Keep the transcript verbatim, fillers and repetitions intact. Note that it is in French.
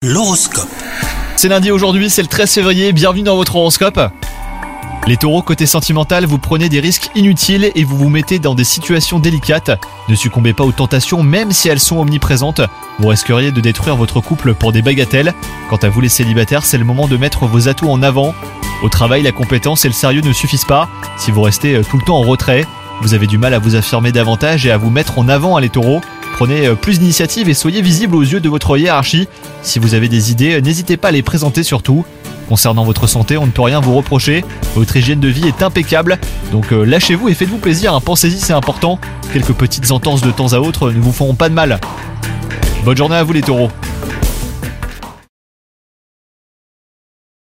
L'horoscope. C'est lundi aujourd'hui, c'est le treize février, bienvenue dans votre horoscope. Les taureaux, côté sentimental, vous prenez des risques inutiles et vous vous mettez dans des situations délicates. Ne succombez pas aux tentations, même si elles sont omniprésentes. Vous risqueriez de détruire votre couple pour des bagatelles. Quant à vous les célibataires, c'est le moment de mettre vos atouts en avant. Au travail, la compétence et le sérieux ne suffisent pas. Si vous restez tout le temps en retrait, vous avez du mal à vous affirmer davantage et à vous mettre en avant, hein, les taureaux. Prenez plus d'initiative et soyez visible aux yeux de votre hiérarchie. Si vous avez des idées, n'hésitez pas à les présenter surtout. Concernant votre santé, on ne peut rien vous reprocher. Votre hygiène de vie est impeccable. Donc euh, lâchez-vous et faites-vous plaisir, hein. Pensez-y, c'est important. Quelques petites entorses de temps à autre ne vous feront pas de mal. Bonne journée à vous les taureaux.